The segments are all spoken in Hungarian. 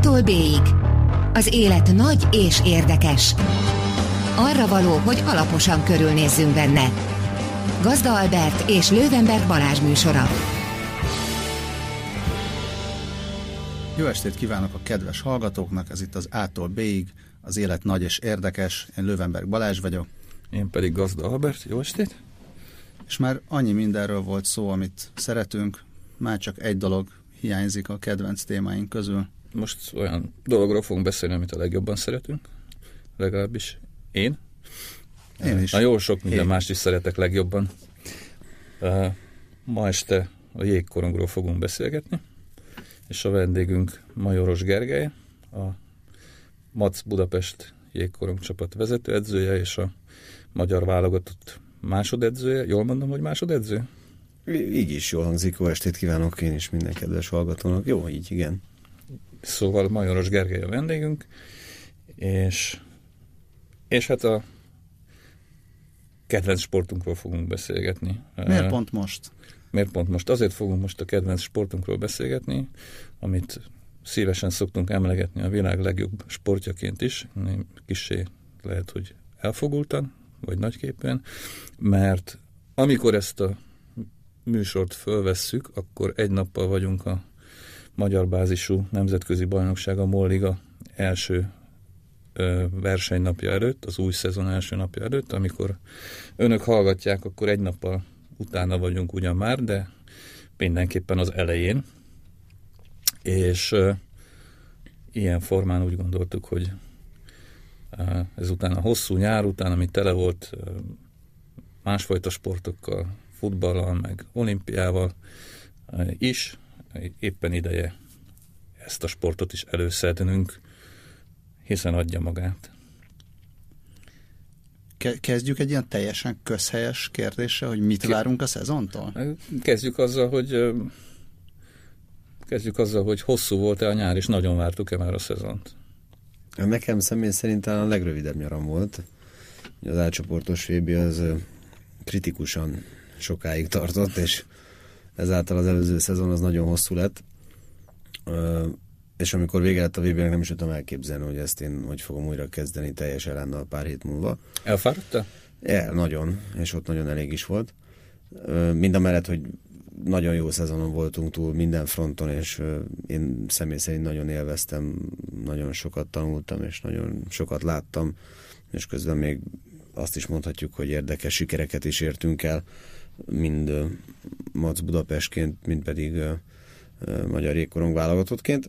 A-tól B-ig. Az élet nagy és érdekes. Arra való, hogy alaposan körülnézzünk benne. Gazda Albert és Lővenberg Balázs műsora. Jó estét kívánok a kedves hallgatóknak, ez itt az A-tól B-ig, az élet nagy és érdekes. Én Lővenberg Balázs vagyok. Én pedig Gazda Albert, jó estét! És már annyi mindenről volt szó, amit szeretünk, már csak egy dolog hiányzik a kedvenc témáink közül. Most olyan dologról fogunk beszélni, amit a legjobban szeretünk, legalábbis én. Én is. Na jó, sok minden mást is szeretek legjobban. Ma este a jégkorongról fogunk beszélgetni, és a vendégünk Majoros Gergely, a MAC Budapest jégkorong csapat vezetőedzője, és a magyar válogatott másodedzője. Jól mondom, hogy másodedző? Így is jól hangzik, jó estét kívánok én is minden kedves hallgatónak. Jó, így, igen. Szóval Majoros Gergely a vendégünk, és hát a kedvenc sportunkról fogunk beszélgetni. Miért pont most? Miért pont most? Azért fogunk most a kedvenc sportunkról beszélgetni, amit szívesen szoktunk emlegetni a világ legjobb sportjaként is, kissé lehet, hogy elfogultan, vagy nagyképpen, mert amikor ezt a műsort fölvesszük, akkor egy nappal vagyunk a magyar bázisú nemzetközi bajnokság, a MOL Liga első versenynapja előtt, az új szezon első napja előtt. Amikor önök hallgatják, akkor egy nappal utána vagyunk ugyan már, de mindenképpen az elején. És ilyen formán úgy gondoltuk, hogy ezután a hosszú nyár után, ami tele volt másfajta sportokkal, futballal, meg olimpiával is, éppen ideje ezt a sportot is előszednünk, hiszen adja magát. Kezdjük egy ilyen teljesen közhelyes kérdéssel, hogy mit várunk a szezontól? Kezdjük azzal, hogy hosszú volt-e a nyár, és nagyon vártuk-e már a szezont? Nekem személy szerint talán a legrövidebb nyaram volt. Az átcsoportos VB az kritikusan sokáig tartott, és ezáltal az előző szezon az nagyon hosszú lett. És amikor vége lett a VB-nek, nem is tudtam elképzelni, hogy ezt én hogy fogom újra kezdeni teljes elánnal pár hét múlva. Elfáradta? Nagyon, és ott nagyon elég is volt. Mindamellett, hogy nagyon jó szezonon voltunk túl minden fronton, és én személy szerint nagyon élveztem, nagyon sokat tanultam, és nagyon sokat láttam, és közben még azt is mondhatjuk, hogy érdekes sikereket is értünk el, mind MAC Budapestként, mind pedig magyar jégkorong válogatottként.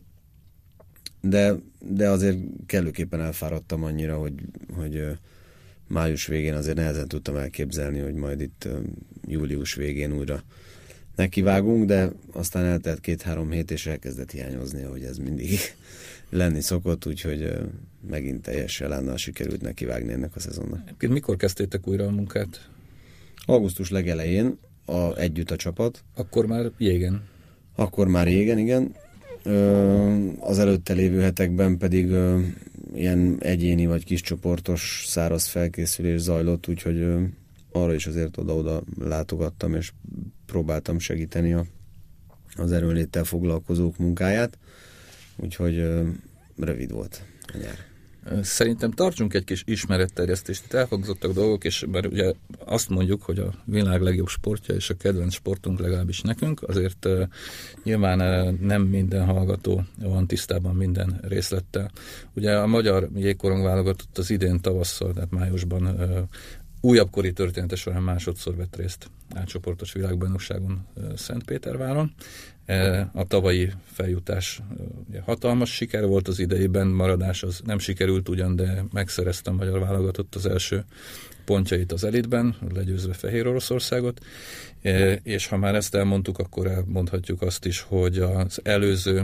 De azért kellőképpen elfáradtam annyira, hogy május végén azért nehezen tudtam elképzelni, hogy majd itt július végén újra nekivágunk, de aztán eltelt 2-3 hét, és elkezdett hiányozni, hogy ez mindig lenni szokott, úgyhogy megint teljes elánnal sikerült nekivágni ennek a szezonnak. Mikor kezdtétek újra a munkát? Augusztus legelején együtt a csapat. Akkor már jégen? Akkor már régen, igen. Az előtte lévő hetekben pedig ilyen egyéni vagy kiscsoportos száraz felkészülés zajlott, úgyhogy arra is azért oda-oda látogattam, és próbáltam segíteni az erőnléttel foglalkozók munkáját, úgyhogy rövid volt a nyár. Szerintem tartsunk egy kis ismeretterjesztést. Itt elhangzottak dolgok, és mert ugye azt mondjuk, hogy a világ legjobb sportja és a kedvenc sportunk legalábbis nekünk, azért nyilván nem minden hallgató van tisztában minden részlettel. Ugye a magyar jégkorong válogatott az idén tavasszal, tehát májusban újabb kori története során másodszor vett részt átcsoportos világbajnokságon Szentpéterváron. A tavalyi feljutás ugye, hatalmas siker volt, az idejében maradás az nem sikerült ugyan, de megszerezte a magyar válogatott az első pontjait az elitben, legyőzve Fehér Oroszországot, és ha már ezt elmondtuk, akkor elmondhatjuk azt is, hogy az előző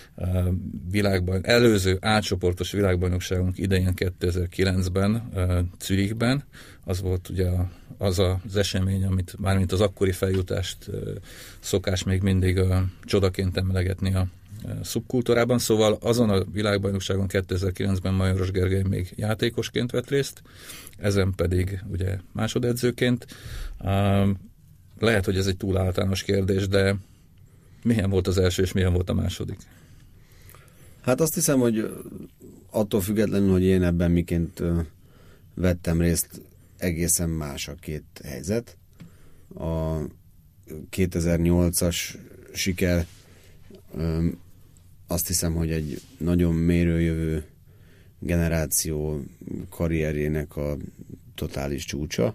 átcsoportos világbajnokságunk idején 2009-ben Zürichben, az volt ugye az esemény, amit mármint az akkori feljutást szokás még mindig csodaként emlegetni a szubkultúrában, szóval azon a világbajnokságon 2009-ben Majoros Gergely még játékosként vett részt, ezen pedig ugye másodedzőként. Lehet, hogy ez egy túl általános kérdés, de milyen volt az első és milyen volt a második? Hát azt hiszem, hogy attól függetlenül, hogy én ebben miként vettem részt, egészen más a két helyzet. A 2008-as siker azt hiszem, hogy egy nagyon mérőjövő generáció karrierjének a totális csúcsa.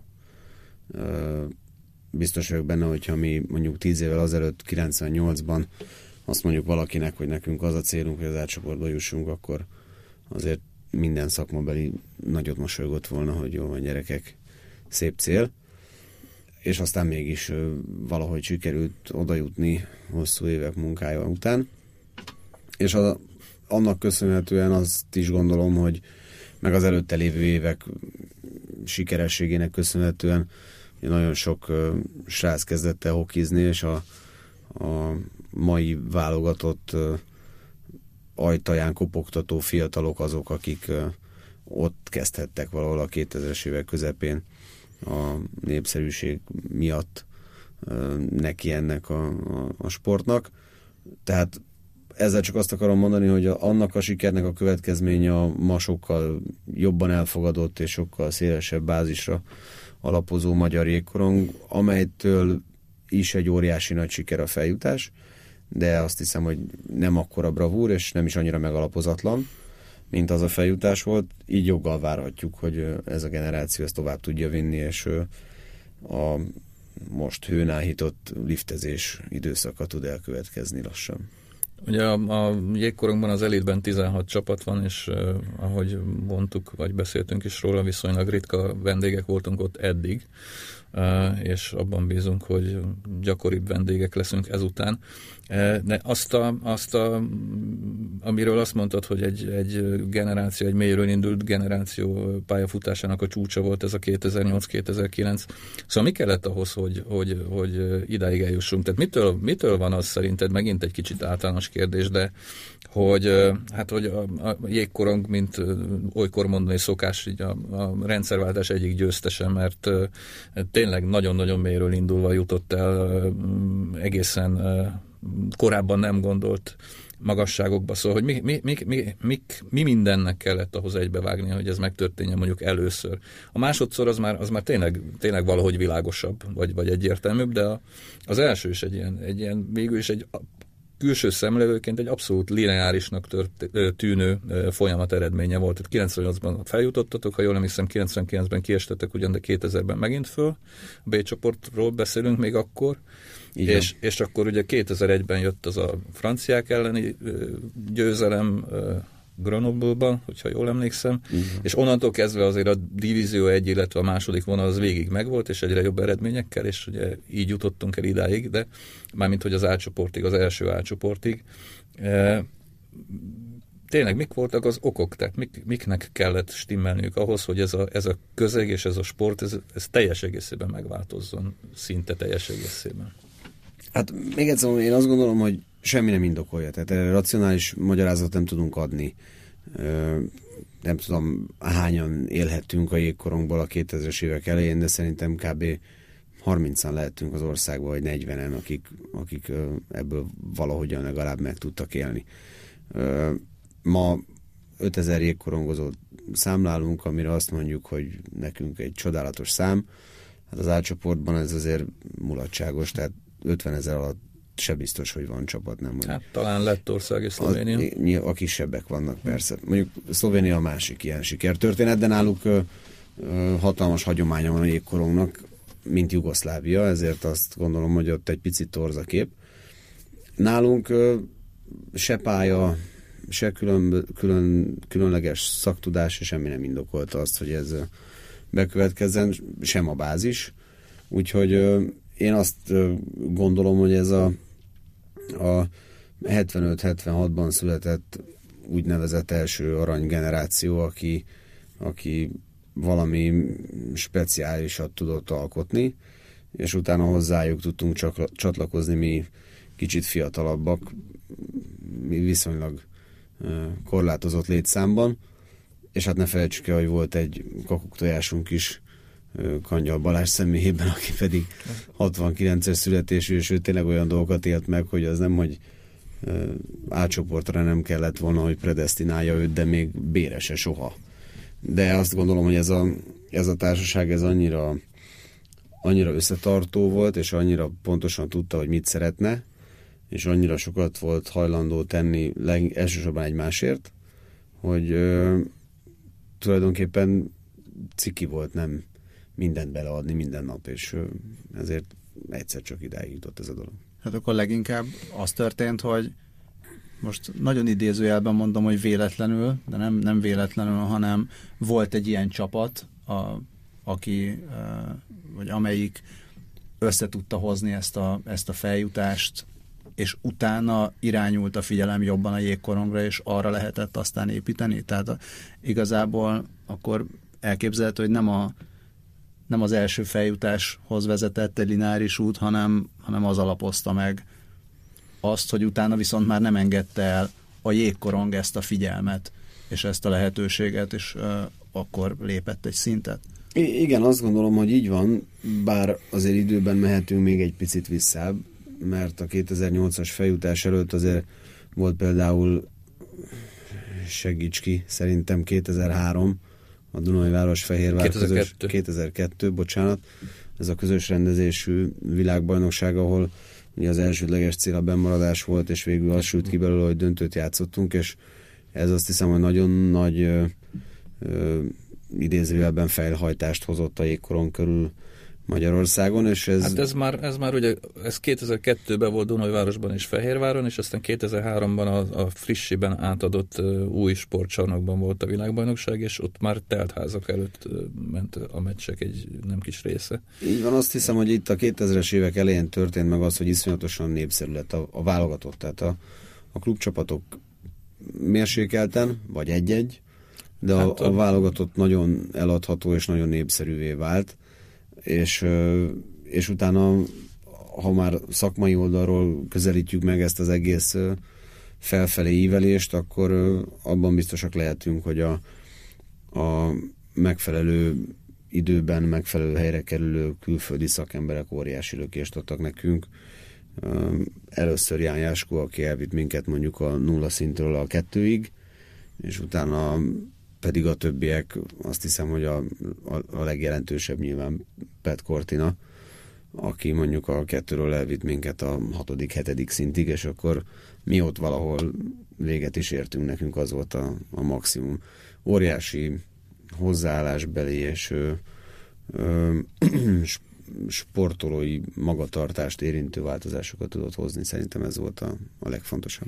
Biztos vagyok benne, hogyha mi mondjuk 10 évvel azelőtt, 98-ban azt mondjuk valakinek, hogy nekünk az a célunk, hogy az átcsoportba jussunk, akkor azért minden szakmabeli nagyot mosolygott volna, hogy jó van gyerekek, szép cél. És aztán mégis valahogy sikerült oda jutni hosszú évek munkája után. És annak köszönhetően azt is gondolom, hogy meg az előtte lévő évek sikerességének köszönhetően nagyon sok srác kezdett el hokizni, és a mai válogatott ajtaján kopogtató fiatalok azok, akik ott kezdhettek valahol a 2000-es évek közepén a népszerűség miatt neki ennek a sportnak. Tehát ezzel csak azt akarom mondani, hogy annak a sikernek a következménye a ma sokkal jobban elfogadott és sokkal szélesebb bázisra alapozó magyar jégkorong, amelytől is egy óriási nagy siker a feljutás, de azt hiszem, hogy nem akkora bravúr, és nem is annyira megalapozatlan, mint az a feljutás volt. Így joggal várhatjuk, hogy ez a generáció ezt tovább tudja vinni, és a most hőn áhított liftezés időszaka tud elkövetkezni lassan. Ugye a jégkorongban az elitben 16 csapat van, és ahogy mondtuk, vagy beszéltünk is róla, viszonylag ritka vendégek voltunk ott eddig, és abban bízunk, hogy gyakoribb vendégek leszünk ezután. De amiről azt mondtad, hogy egy generáció, egy mélyről indult generáció pályafutásának a csúcsa volt ez a 2008-2009. Szóval mi kellett ahhoz, hogy idáig eljussunk? Tehát mitől van az szerinted, megint egy kicsit általános kérdés, de hogy a jégkorong, mint olykor mondani szokás, így a rendszerváltás egyik győztese, mert tényleg nagyon-nagyon mélyről indulva jutott el egészen korábban nem gondolt magasságokba. Szóval, hogy mi mindennek kellett ahhoz egybevágni, hogy ez megtörténjen mondjuk először. A másodszor az már tényleg valahogy világosabb, vagy egyértelműbb, de az első is egy ilyen végül is egy külső szemlélőként egy abszolút lineárisnak tűnő folyamat eredménye volt. Tehát 98-ban feljutottatok, ha jól nem hiszem, 99-ben kiestetek ugyan, de 2000-ben megint föl. A B csoportról beszélünk még akkor. És akkor ugye 2001-ben jött az a franciák elleni győzelem Grenoble-ban, hogyha jól emlékszem, és onnantól kezdve azért a divízió 1, illetve a második vonal az végig megvolt, és egyre jobb eredményekkel, és ugye így jutottunk el idáig, de mármint, hogy az A-csoportig, az első A-csoportig. Tényleg mik voltak az okok? Tehát miknek kellett stimmelniük ahhoz, hogy ez a közeg és ez a sport, ez teljes egészében megváltozzon, szinte teljes egészében? Hát még egyszer mondom, én azt gondolom, hogy semmi nem indokolja. Tehát racionális magyarázatot nem tudunk adni. Nem tudom, hányan élhettünk a jégkorongból a 2000-es évek elején, de szerintem kb. 30-an lehetünk az országban, vagy 40-en, akik ebből valahogyan legalább meg tudtak élni. Ma 5000 jégkorongozót számlálunk, amire azt mondjuk, hogy nekünk egy csodálatos szám. Hát az A-csoportban ez azért mulatságos, tehát 50 000 alatt se biztos, hogy van csapat, nem? Hát talán Lettország és Szlovénia. A kisebbek vannak, persze. Mondjuk Szlovénia a másik ilyen sikertörténet, de náluk hatalmas hagyománya van a jégkorongnak, mint Jugoszlávia, ezért azt gondolom, hogy ott egy picit torz a kép. Nálunk se pálya, se különleges szaktudás, semmi nem indokolta azt, hogy ez bekövetkezzen, sem a bázis. Úgyhogy én azt gondolom, hogy ez a 75-76-ban született úgynevezett első aranygeneráció, aki valami speciálisat tudott alkotni, és utána hozzájuk tudtunk csatlakozni mi kicsit fiatalabbak, mi viszonylag korlátozott létszámban, és hát ne felejtsük el, hogy volt egy kakuktojásunk is, Kangyal Balázs személyében, aki pedig 69-es születésű, és ő tényleg olyan dolgokat élt meg, hogy az nem, hogy A-csoportra nem kellett volna, hogy predesztinálja őt, de még B-re se soha. De azt gondolom, hogy ez a társaság ez annyira összetartó volt, és annyira pontosan tudta, hogy mit szeretne, és annyira sokat volt hajlandó tenni elsősorban egymásért, hogy tulajdonképpen ciki volt nem mindent beleadni minden nap, és ezért egyszer csak idáig jutott ez a dolog. Hát akkor leginkább az történt, hogy most nagyon idézőjelben mondom, hogy véletlenül, de nem véletlenül, hanem volt egy ilyen csapat, aki, vagy amelyik össze tudta hozni ezt a feljutást, és utána irányult a figyelem jobban a jégkorongra, és arra lehetett aztán építeni. Tehát igazából akkor elképzelhető, hogy nem az első feljutáshoz vezetett egy lineáris út, hanem az alapozta meg azt, hogy utána viszont már nem engedte el a jégkorong ezt a figyelmet, és ezt a lehetőséget, és akkor lépett egy szintet. Igen, azt gondolom, hogy így van, bár azért időben mehetünk még egy picit visszább, mert a 2008-as feljutás előtt azért volt például, segíts ki, szerintem 2003, a Dunajváros-Fehérvár 2002, bocsánat, ez a közös rendezésű világbajnokság, ahol ugye az elsődleges cél a bennmaradás volt, és végül az sült ki belőle, hogy döntőt játszottunk, és ez azt hiszem, hogy nagyon nagy idézőjelben fejlhajtást hozott a jégkorong körül Magyarországon, és ez... Hát ez már ugye, ez 2002-ben volt Dunajvárosban és Fehérváron, és aztán 2003-ban a frissiben átadott új sportcsarnokban volt a világbajnokság, és ott már teltházak előtt ment a meccsek egy nem kis része. Így van, azt hiszem, hogy itt a 2000-es évek elején történt meg az, hogy iszonyatosan népszerű lett a válogatott, tehát a klubcsapatok mérsékelten, vagy egy-egy, de hát a válogatott nagyon eladható és nagyon népszerűvé vált, és utána, ha már szakmai oldalról közelítjük meg ezt az egész felfelé ívelést, akkor abban biztosak lehetünk, hogy a megfelelő időben, megfelelő helyre kerülő külföldi szakemberek óriási lökést adtak nekünk. Először Ján Jáskó, aki elvitt minket mondjuk a 0 szintről a 2-ig, és utána pedig a többiek, azt hiszem, hogy a legjelentősebb nyilván Pet Cortina, aki mondjuk a 2-ről elvitt minket a 6.-7. szintig, és akkor mi ott valahol véget is értünk, nekünk az volt a maximum. Óriási hozzáállásbeli és sportolói magatartást érintő változásokat tudott hozni, szerintem ez volt a legfontosabb.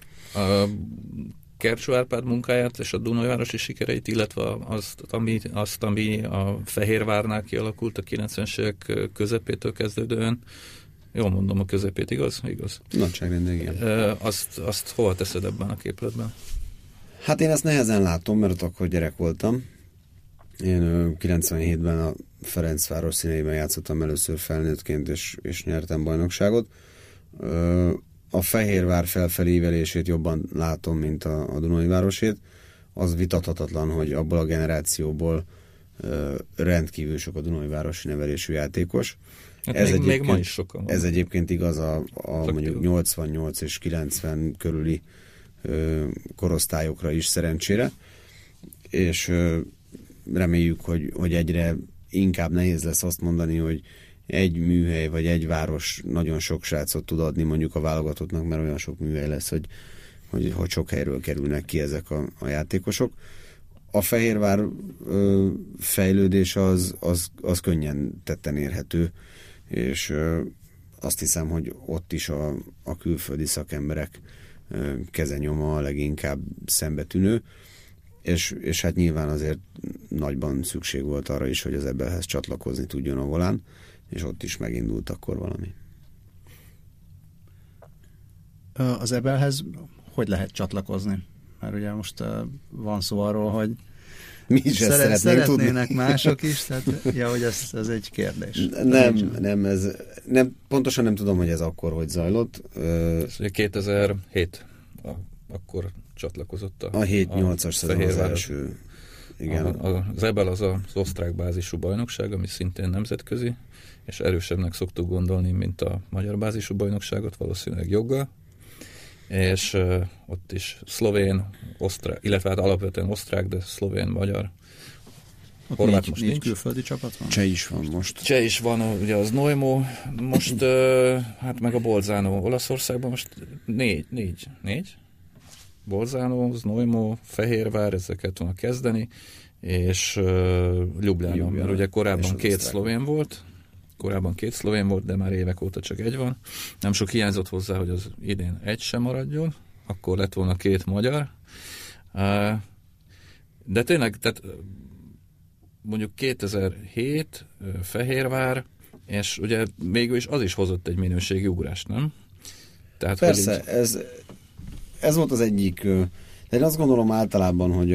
Kercsó Árpád munkáját és a Dunajvárosi sikereit, illetve azt, ami a Fehérvárnál kialakult a 90-es évek közepétől kezdődően. Jól mondom a közepét, igaz? Igaz. Nagyságrendben, igen. Azt hova teszed ebben a képletben? Hát én ezt nehezen látom, mert akkor gyerek voltam. Én 97-ben a Ferencváros színeiben játszottam először felnőttként, és nyertem bajnokságot. A Fehérvár felfelé ívelését jobban látom, mint a Dunajvárosét. Az vitathatatlan, hogy abból a generációból rendkívül sok a Dunajvárosi nevelésű játékos. Hát ez még ma is sokan van. Ez egyébként igaz a mondjuk 88 és 90 körüli korosztályokra is szerencsére, és reméljük, hogy egyre inkább nehéz lesz azt mondani, hogy egy műhely vagy egy város nagyon sok srácot tud adni mondjuk a válogatottnak, mert olyan sok műhely lesz, hogy sok helyről kerülnek ki ezek a játékosok. A Fehérvár fejlődés az könnyen tetten érhető, és azt hiszem, hogy ott is a külföldi szakemberek kezenyoma a leginkább szembetűnő, és hát nyilván azért nagyban szükség volt arra is, hogy az Ebelhez csatlakozni tudjon a volán, és ott is megindult akkor valami. Az Ebelhez hogy lehet csatlakozni? Mert ugye most van szó arról, hogy mi is szeretnének mások is, tehát hogy ez egy kérdés. Nem, pontosan nem tudom, hogy ez akkor hogy zajlott. Ez 2007 akkor csatlakozott a 7-8-as szezon az első. Igen. Az EBEL az osztrák bázisú bajnokság, ami szintén nemzetközi, és erősebbnek szoktuk gondolni, mint a magyar bázisú bajnokságot, valószínűleg joggal. és ott is szlovén, osztrák, illetve hát alapvetően osztrák, de szlovén, magyar. Horvát most nincs. Külföldi csapat van? Cseh is van most. Cseh is van, ugye az Neumo, most hát meg a Bolzano Olaszországban most négy. Bolzano, Neumo, Fehérvár, ezeket van kezdeni, és Ljubljana, mert ugye korábban két szlovén volt, de már évek óta csak egy van. Nem sok hiányzott hozzá, hogy az idén egy sem maradjon, akkor lett volna két magyar. De tényleg, tehát mondjuk 2007 Fehérvár, és ugye végül is az is hozott egy minőségi ugrást, nem? Tehát, persze, ez volt az egyik, de én azt gondolom általában, hogy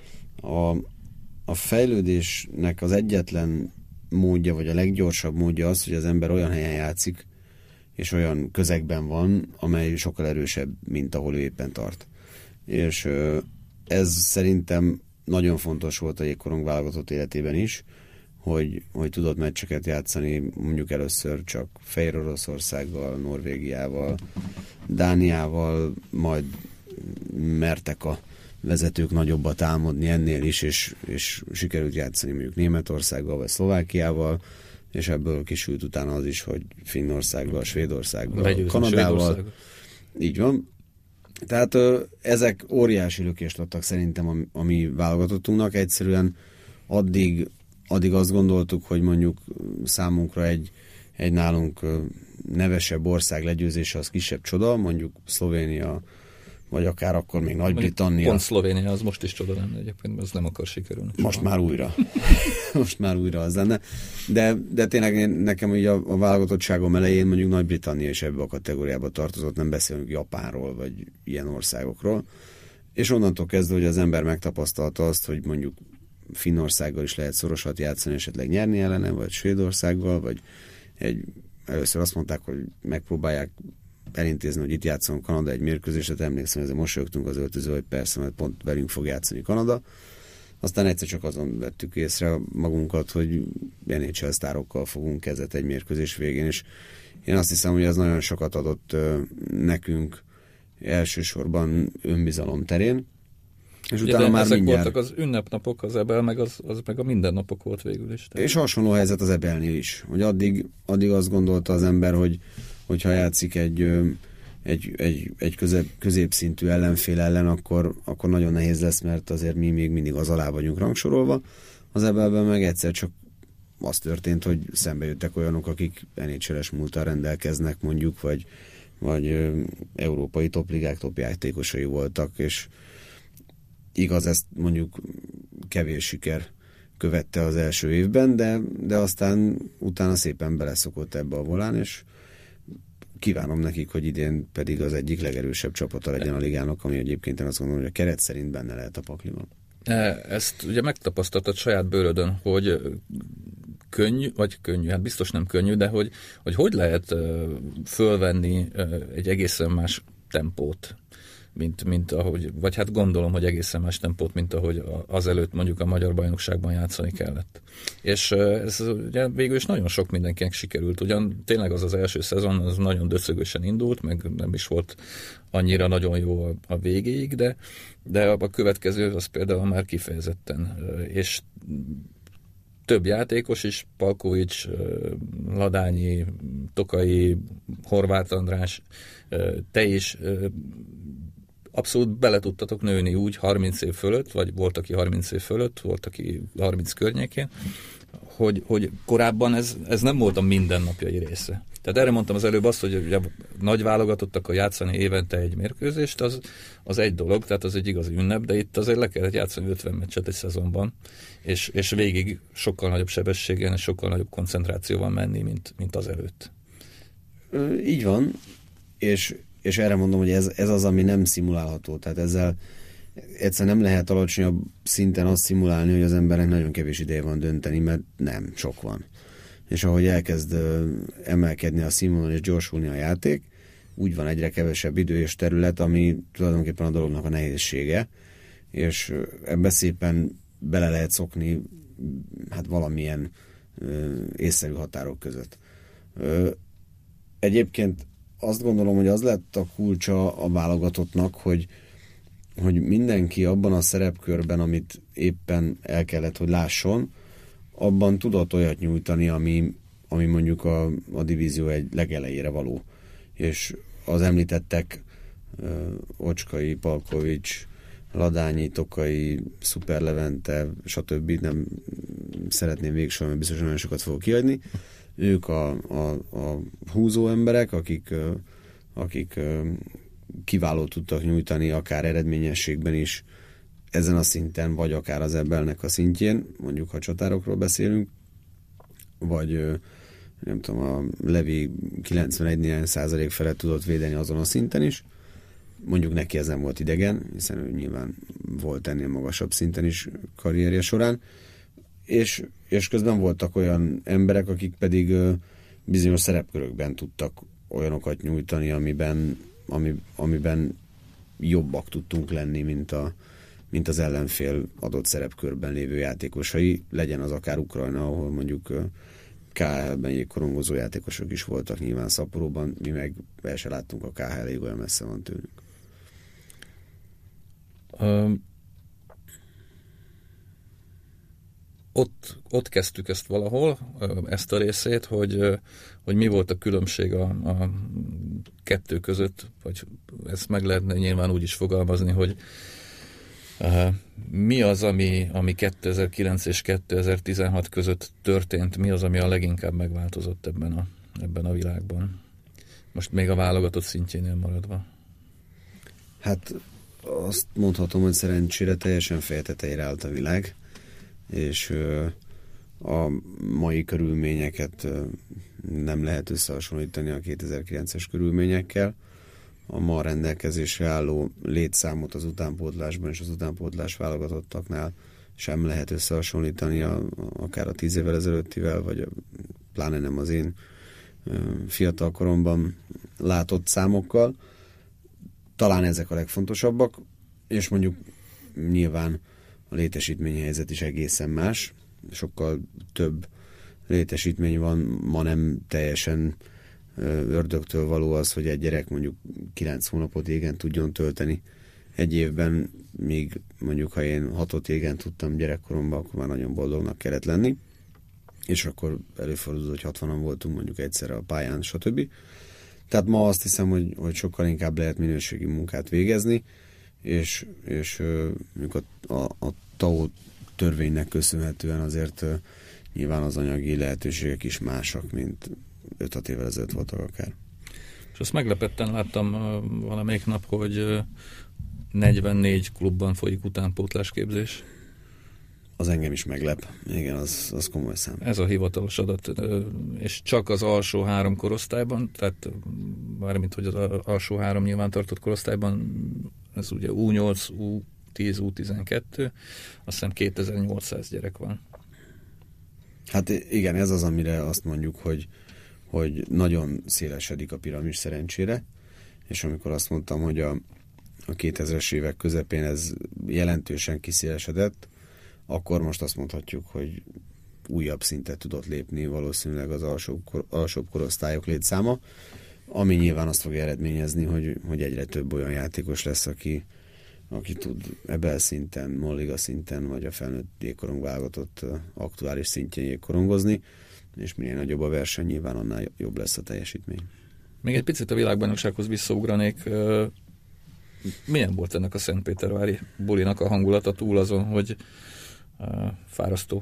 a fejlődésnek az egyetlen módja, vagy a leggyorsabb módja az, hogy az ember olyan helyen játszik, és olyan közegben van, amely sokkal erősebb, mint ahol ő éppen tart. És ez szerintem nagyon fontos volt a jégkorong válogatott életében is, hogy tudott meccseket játszani, mondjuk először csak Fehér Oroszországgal, Norvégiával, Dániával, majd mertek a vezetők nagyobbat támadni ennél is, és sikerült játszani mondjuk Németországgal vagy Szlovákiával, és ebből kisült utána az is, hogy Finnországgal, Svédországgal, Kanadával. Így van. Tehát ezek óriási lökést adtak szerintem a mi válogatottunknak. Egyszerűen addig azt gondoltuk, hogy mondjuk számunkra egy nálunk nevesebb ország legyőzése az kisebb csoda, mondjuk Szlovénia, vagy akár akkor még Nagy-Britannia. Pont Szlovénia az most is csoda lenne egyébként, mert az nem akar sikerülni. Most már újra. Most már újra az lenne. De tényleg nekem ugye a válogatottságom elején mondjuk Nagy-Britannia is ebbe a kategóriába tartozott, nem beszélünk Japánról, vagy ilyen országokról. És onnantól kezdve, hogy az ember megtapasztalta azt, hogy mondjuk Finnországgal is lehet szorosat játszani, esetleg nyerni ellene, vagy Svédországgal, vagy először azt mondták, hogy megpróbálják elintézni, hogy itt játszom Kanada egy mérkőzést, emlékszem, ezzel mosolyogtunk az öltöző, hogy persze, mert pont velünk fog játszani Kanada. Aztán egyszer csak azon vettük észre magunkat, hogy NHL sztárokkal fogunk kezdet egy mérkőzés végén, és én azt hiszem, hogy ez nagyon sokat adott nekünk elsősorban önbizalom terén. És utána de már ezek mindjárt... voltak az ünnepnapok, az EBL, meg az meg a mindennapok volt végül is. És hasonló helyzet az EBL-nél is, hogy addig azt gondolta az ember, hogyha játszik egy középszintű ellenfél ellen, akkor nagyon nehéz lesz, mert azért mi még mindig az alá vagyunk rangsorolva. Az EBL-ben meg egyszer csak az történt, hogy szembe jöttek olyanok, akik NHL-es múlttal rendelkeznek mondjuk, vagy európai topligák topjátékosai voltak, és igaz, ezt mondjuk kevés siker követte az első évben, de aztán utána szépen beleszokott ebbe a volán, és kívánom nekik, hogy idén pedig az egyik legerősebb csapata legyen a ligának, ami egyébként én azt gondolom, hogy a keret szerint benne lehet a pakliban. Ezt ugye megtapasztaltad saját bőrödön, hogy könnyű, hát biztos nem könnyű, de hogy lehet fölvenni egy egészen más tempót, mint ahogy, vagy hát gondolom, hogy egészen más tempót, mint ahogy azelőtt mondjuk a magyar bajnokságban játszani kellett. És ez ugye végül is nagyon sok mindenkinek sikerült. Ugyan tényleg az első szezon az nagyon döcögösen indult, meg nem is volt annyira nagyon jó a végéig, de a következő az például már kifejezetten, és több játékos is, Palkovics, Ladányi, Tokai, Horváth András, te is abszolút bele tudtatok nőni úgy 30 év fölött, vagy volt, aki 30 év fölött, volt, aki 30 környékén, hogy korábban ez nem volt a mindennapjai része. Tehát erre mondtam az előbb azt, hogy ugye nagy válogatottak játszani évente egy mérkőzést, az egy dolog, tehát az egy igazi ünnep, de itt azért le kellett játszani 50 meccset egy szezonban, és végig sokkal nagyobb sebességen és sokkal nagyobb koncentrációval menni, mint az előtt. Így van, és erre mondom, hogy ez az, ami nem szimulálható. Tehát ezzel egyszerűen nem lehet alacsonyabb szinten azt szimulálni, hogy az embernek nagyon kevés ideje van dönteni, mert nem, sok van. És ahogy elkezd emelkedni a színvonal és gyorsulni a játék, úgy van egyre kevesebb idő és terület, ami tulajdonképpen a dolognak a nehézsége, és ebbe szépen bele lehet szokni hát valamilyen észszerű határok között. Egyébként azt gondolom, hogy az lett a kulcsa a válogatottnak, hogy mindenki abban a szerepkörben, amit éppen el kellett, hogy lásson, abban tudott olyat nyújtani, ami mondjuk a divízió egy legelejére való. És az említettek Ocskai, Palkovics, Ladányi, Tokai, Szuper Levente, stb. Nem szeretném végsorolni, mert biztos nagyon sokat fogok kiadni. Ők a húzó emberek, akik kiváló tudtak nyújtani, akár eredményességben is ezen a szinten, vagy akár az Ebelnek a szintjén, mondjuk ha csatárokról beszélünk, vagy nem tudom, a Levi 91% felett tudott védeni azon a szinten is. Mondjuk neki ez nem volt idegen, hiszen ő nyilván volt ennél magasabb szinten is karrierje során, és közben voltak olyan emberek, akik pedig bizonyos szerepkörökben tudtak olyanokat nyújtani, amiben jobbak tudtunk lenni, mint az ellenfél adott szerepkörben lévő játékosai, legyen az akár Ukrajna, ahol mondjuk KHL-ben jégkorongozó játékosok is voltak nyilván Szaporóban, mi meg el se láttunk, a KHL-ig olyan messze van tőlünk. Ott kezdtük ezt valahol, ezt a részét, hogy mi volt a különbség a kettő között, vagy ezt meg lehetne nyilván úgy is fogalmazni, hogy mi az, ami 2009 és 2016 között történt, mi az, ami a leginkább megváltozott ebben a világban? Most még a válogatott szintjénél maradva. Hát azt mondhatom, hogy szerencsére teljesen feje tetejére állt a világ, és a mai körülményeket nem lehet összehasonlítani a 2009-es körülményekkel. A ma rendelkezésre álló létszámot az utánpótlásban és az utánpótlás válogatottaknál sem lehet összehasonlítani akár a 10 évvel ezelőttivel, vagy pláne nem az én fiatal koromban látott számokkal. Talán ezek a legfontosabbak, és mondjuk nyilván a létesítményhelyzet is egészen más. Sokkal több létesítmény van, ma nem teljesen ördögtől való az, hogy egy gyerek mondjuk 9 hónapot égen tudjon tölteni. Egy évben, még mondjuk ha én 6 égen tudtam gyerekkoromban, akkor már nagyon boldognak kellett lenni, és akkor előfordult, hogy 60-an voltunk mondjuk egyszerre a pályán, stb. Tehát ma azt hiszem, hogy sokkal inkább lehet minőségi munkát végezni, és a TAO törvénynek köszönhetően azért nyilván az anyagi lehetőségek is másak, mint 5-6 évvel ezelőtt voltak akár. És azt meglepetten láttam valamelyik nap, hogy 44 klubban folyik utánpótlásképzés. Az engem is meglep. Igen, az komoly szám. Ez a hivatalos adat, és csak az alsó 3 korosztályban, tehát mármint, hogy az alsó 3 nyilvántartott korosztályban, ez ugye U8, U10, U12, azt hiszem 2800 gyerek van. Hát igen, ez az, amire azt mondjuk, hogy nagyon szélesedik a piramis szerencsére, és amikor azt mondtam, hogy a 2000-es évek közepén ez jelentősen kiszélesedett, akkor most azt mondhatjuk, hogy újabb szintet tudott lépni valószínűleg az alsóbb korosztályok létszáma, ami nyilván azt fogja eredményezni, hogy egyre több olyan játékos lesz, aki tud EBL szinten, Molliga szinten, vagy a felnőtt jégkorong válogatott aktuális szintjén jégkorongozni, és minél nagyobb a verseny, nyilván annál jobb lesz a teljesítmény. Még egy picit a világbajnoksághoz visszaugranék. Milyen volt ennek a Szentpétervári bulinak a hangulata túl azon, hogy fárasztó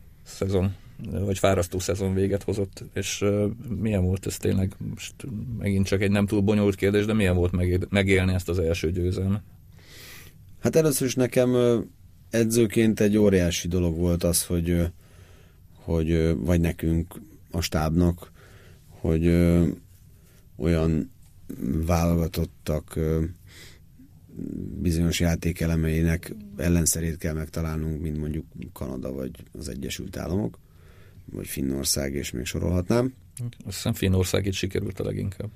szezon véget hozott, és milyen volt ez tényleg, most megint csak egy nem túl bonyolult kérdés, de milyen volt megélni ezt az első győzelmet? Hát először is nekem edzőként egy óriási dolog volt az, hogy vagy nekünk, a stábnak, hogy olyan válogatottak bizonyos játékelemeinek ellenszerét kell megtalálnunk, mint mondjuk Kanada, vagy az Egyesült Államok, vagy Finnország, és még sorolhatnám. Azt hiszem Finnország itt sikerült a leginkább.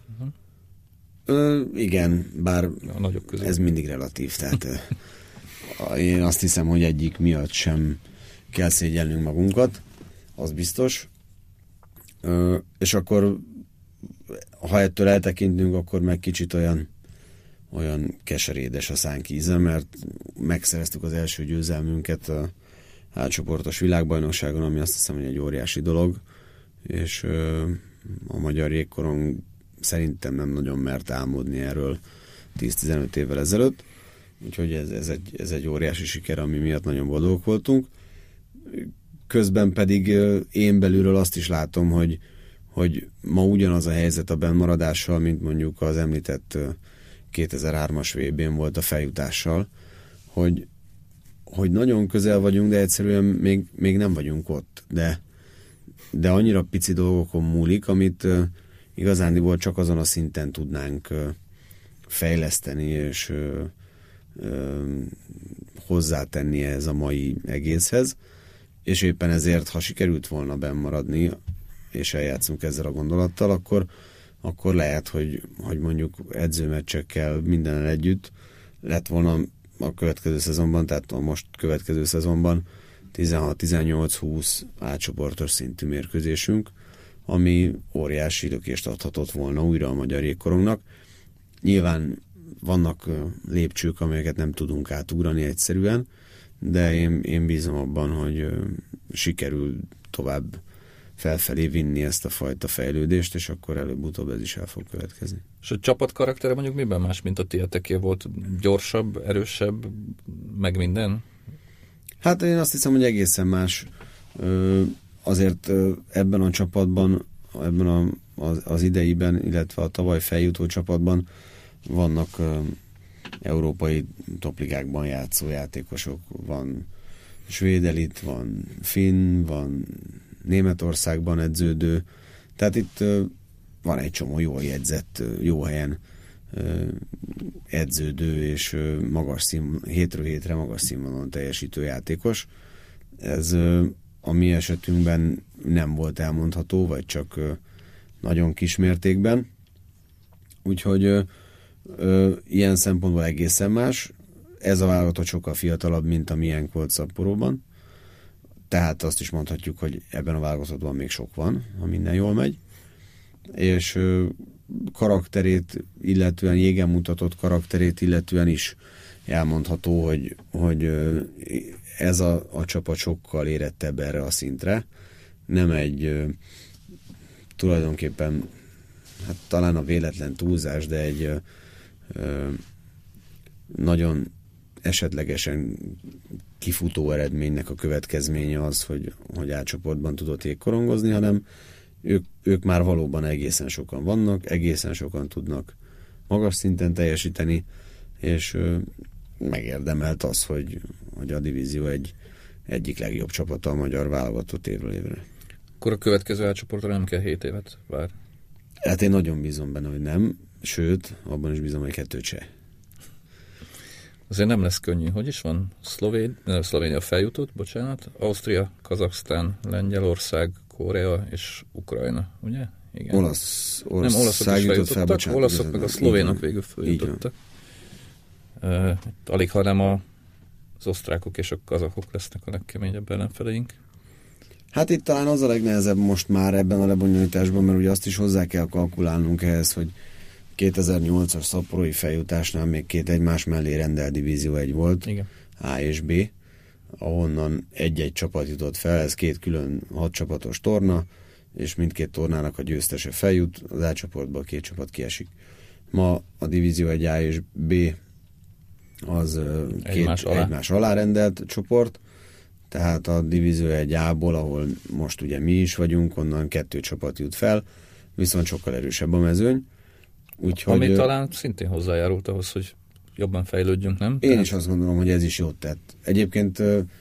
Igen, bár ez mindig relatív, tehát én azt hiszem, hogy egyik miatt sem kell szégyellnünk magunkat, az biztos. És akkor ha ettől eltekintünk, akkor meg kicsit olyan keserédes a szánk íze, mert megszereztük az első győzelmünket a átcsoportos világbajnokságon, ami azt hiszem, hogy egy óriási dolog, és a magyar jégkorong szerintem nem nagyon mert álmodni erről 10-15 évvel ezelőtt, úgyhogy ez egy óriási siker, ami miatt nagyon boldogok voltunk. Közben pedig én belülről azt is látom, hogy ma ugyanaz a helyzet a bennmaradással, mint mondjuk az említett 2003-as VB-n volt a feljutással, hogy nagyon közel vagyunk, de egyszerűen még nem vagyunk ott. De annyira pici dolgokon múlik, amit igazándiból csak azon a szinten tudnánk fejleszteni és hozzátenni ez a mai egészhez, és éppen ezért, ha sikerült volna bennmaradni, és eljátszunk ezzel a gondolattal, akkor lehet, hogy mondjuk edzőmeccsekkel mindennel együtt lett volna a következő szezonban, tehát a most következő szezonban 16-18-20 átcsoportos szintű mérkőzésünk, ami óriási lökést adhatott volna újra a magyar jégkorongnak. Nyilván vannak lépcsők, amelyeket nem tudunk átugrani egyszerűen, de én bízom abban, hogy sikerül tovább felfelé vinni ezt a fajta fejlődést, és akkor előbb-utóbb ez is el fog következni. És a csapat karaktere mondjuk miben más, mint a tieteké volt? Gyorsabb, erősebb, meg minden? Hát én azt hiszem, hogy egészen más. Azért ebben a csapatban, ebben az ideiben, illetve a tavaly feljutó csapatban vannak európai topligákban játszó játékosok. Van svéd elit, van finn, van Németországban edződő. Tehát itt van egy csomó jól jegyzett, jó helyen edződő és hétről hétre magas színvonalon teljesítő játékos. Ez a mi esetünkben nem volt elmondható, vagy csak nagyon kis mértékben. Úgyhogy ilyen szempontból egészen más. Ez a válogatott sokkal fiatalabb, mint a miénk volt Szapporóban. Tehát azt is mondhatjuk, hogy ebben a válogatottban még sok van, ha minden jól megy. És karakterét, illetően jégen mutatott karakterét, illetően is elmondható, hogy ez a csapat sokkal érettebb erre a szintre. Nem egy tulajdonképpen, hát talán a véletlen túlzás, de egy nagyon esetlegesen kifutó eredménynek a következménye az, hogy átcsoportban tudott jégkorongozni, hanem ők már valóban egészen sokan vannak, egészen sokan tudnak magas szinten teljesíteni, és megérdemelt az, hogy a divízió egyik legjobb csapata a magyar válogatott évről évre. Akkor a következő átcsoportra nem kell 7 évet vár? Hát én nagyon bízom benne, hogy nem, sőt, abban is bízom, hogy 2 se. Azért nem lesz könnyű. Hogy is van? Szlovénia feljutott, bocsánat. Ausztria, Kazaksztán, Lengyelország, Korea és Ukrajna, ugye? Igen. Olaszok is feljutottak, olaszok meg a szlovénok végül feljutottak. Alig, hanem az osztrákok és a kazakok lesznek a legkeményebb ellenfeleink. Hát itt talán az a legnehezebb most már ebben a lebonyolításban, mert ugye azt is hozzá kell kalkulálnunk ehhez, hogy 2008-as szapporói feljutásnál még 2 egymás mellé rendelt divízió 1 volt, igen. A és B, ahonnan egy-egy csapat jutott fel, ez 2 külön 6 csapatos torna, és mindkét tornának a győztese feljut, az A csoportból 2 csapat kiesik. Ma a divízió 1 A és B az egymás alá rendelt csoport, tehát a divízió 1 A-ból, ahol most ugye mi is vagyunk, onnan 2 csapat jut fel, viszont sokkal erősebb a mezőny. Úgyhogy, ami talán szintén hozzájárult ahhoz, hogy jobban fejlődjünk, nem? Én is azt gondolom, hogy ez is jót tett. Egyébként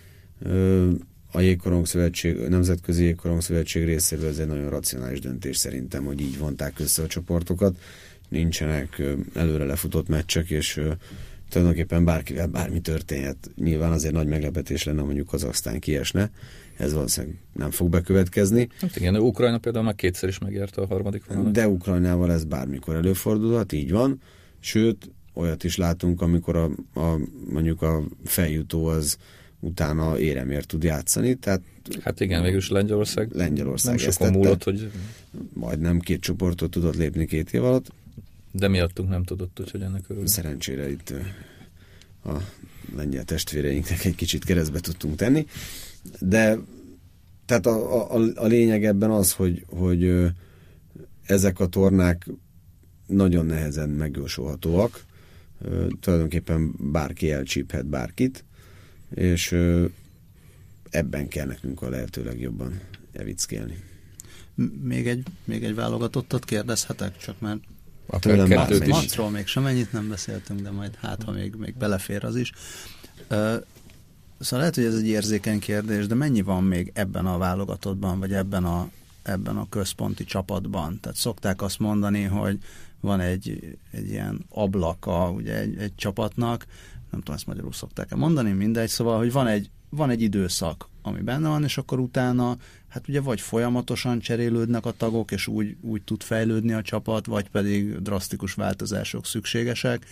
a Jégkorong Szövetség, Nemzetközi Jégkorong Szövetség részéről ez egy nagyon racionális döntés szerintem, hogy így vonták össze a csoportokat. Nincsenek előre lefutott meccsek, és tulajdonképpen bárkivel bármi történhet. Nyilván azért nagy meglepetés lenne, mondjuk Kazaksztán kiesne. Ez valószínűleg nem fog bekövetkezni. Hát igen, Ukrajna például már 2-szer is megérte a harmadik vonalat. De Ukrajnával ez bármikor előfordulhat, így van. Sőt, olyat is látunk, amikor mondjuk a feljutó az utána éremért tud játszani. Tehát hát igen, végülis Lengyelország nem sokan múlott, hogy majdnem 2 csoportot tudott lépni 2 év alatt. De miattunk nem tudott, úgyhogy ennek örülünk. Szerencsére itt a lengyel testvéreinknek egy kicsit keresztbe tudtunk tenni. De tehát a lényeg ebben az, hogy ezek a tornák nagyon nehezen megjósolhatóak. Tulajdonképpen bárki elcsíphet bárkit, és ebben kell nekünk a lehető legjobban evickélni. Még egy válogatottat kérdezhetek, csak már Macról még semennyit nem beszéltünk, de majd ha még belefér az is. Szóval lehet, hogy ez egy érzékeny kérdés, de mennyi van még ebben a válogatottban, vagy ebben a központi csapatban? Tehát szokták azt mondani, hogy van egy ilyen ablaka ugye egy csapatnak, nem tudom, ezt magyarul szokták-e mondani, mindegy, szóval, hogy van egy időszak, ami benne van, és akkor utána, hát ugye vagy folyamatosan cserélődnek a tagok, és úgy tud fejlődni a csapat, vagy pedig drasztikus változások szükségesek.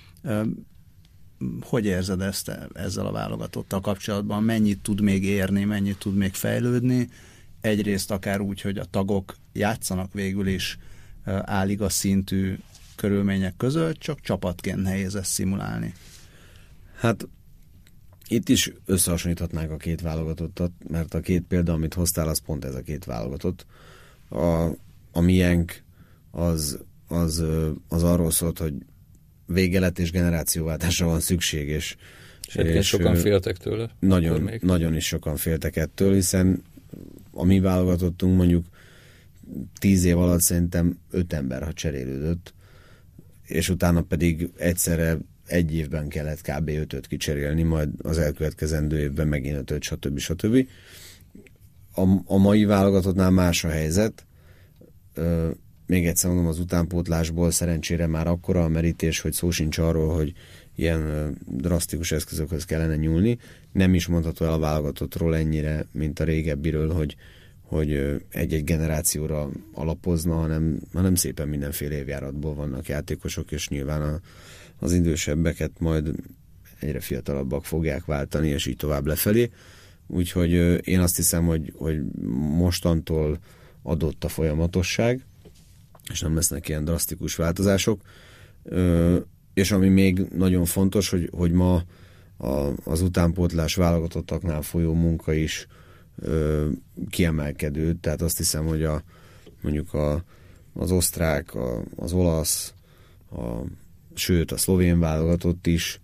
Hogy érzed ezt ezzel a válogatottal kapcsolatban? Mennyit tud még érni, mennyit tud még fejlődni? Egyrészt akár úgy, hogy a tagok játszanak végül is A-liga szintű körülmények között, csak csapatként nehéz ezt szimulálni. Hát itt is összehasonlíthatnánk a 2 válogatottat, mert a 2 példa, amit hoztál, az pont ez a 2 válogatott. A miénk az arról szólt, hogy vége lett és generációváltásra van szükség, és sokan féltek tőle. Nagyon is sokan féltek ettől, hiszen a mi válogatottunk mondjuk 10 év alatt szerintem 5 ember, ha cserélődött, és utána pedig egyszerre egy évben kellett kb. 5-öt kicserélni, majd az elkövetkezendő évben megint 5-öt, stb. A mai válogatottnál más a helyzet. Még egyszer mondom, az utánpótlásból szerencsére már akkora a merítés, hogy szó sincs arról, hogy ilyen drasztikus eszközökhöz kellene nyúlni. Nem is mondható el a válogatottról ennyire, mint a régebbiről, hogy egy-egy generációra alapozna, hanem szépen mindenféle évjáratból vannak játékosok, és nyilván az idősebbeket majd egyre fiatalabbak fogják váltani, és így tovább lefelé. Úgyhogy én azt hiszem, hogy mostantól adott a folyamatosság, és nem lesznek ilyen drasztikus változások. És ami még nagyon fontos, hogy ma az utánpótlás válogatottaknál folyó munka is kiemelkedő, tehát azt hiszem, hogy mondjuk az osztrák, az olasz, sőt a szlovén válogatott is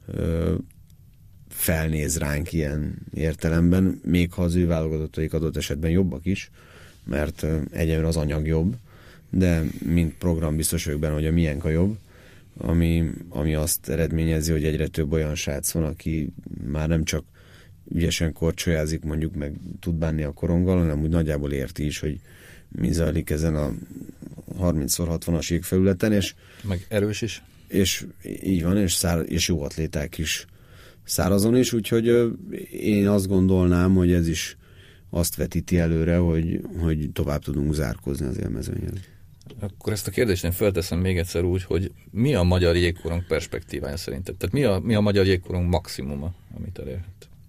felnéz ránk ilyen értelemben, még ha az ő válogatottaik adott esetben jobbak is, mert egyenlően az anyag jobb, de mint program biztos vagyok benne, hogy a miénk a jobb, ami azt eredményezi, hogy egyre több olyan srác van, aki már nem csak ügyesen korcsolyázik, mondjuk meg tud bánni a koronggal, hanem úgy nagyjából érti is, hogy mi zajlik ezen a 30x60-as jégfelületen, és meg erős is. És így van, és jó atléták is szárazon is, úgyhogy én azt gondolnám, hogy ez is azt vetíti előre, hogy tovább tudunk zárkózni az élmezőnyhez. Akkor ezt a kérdést én felteszem még egyszer úgy, hogy mi a magyar jégkorong perspektívája szerinted? Tehát mi a magyar jégkorong maximuma, amit elérhet?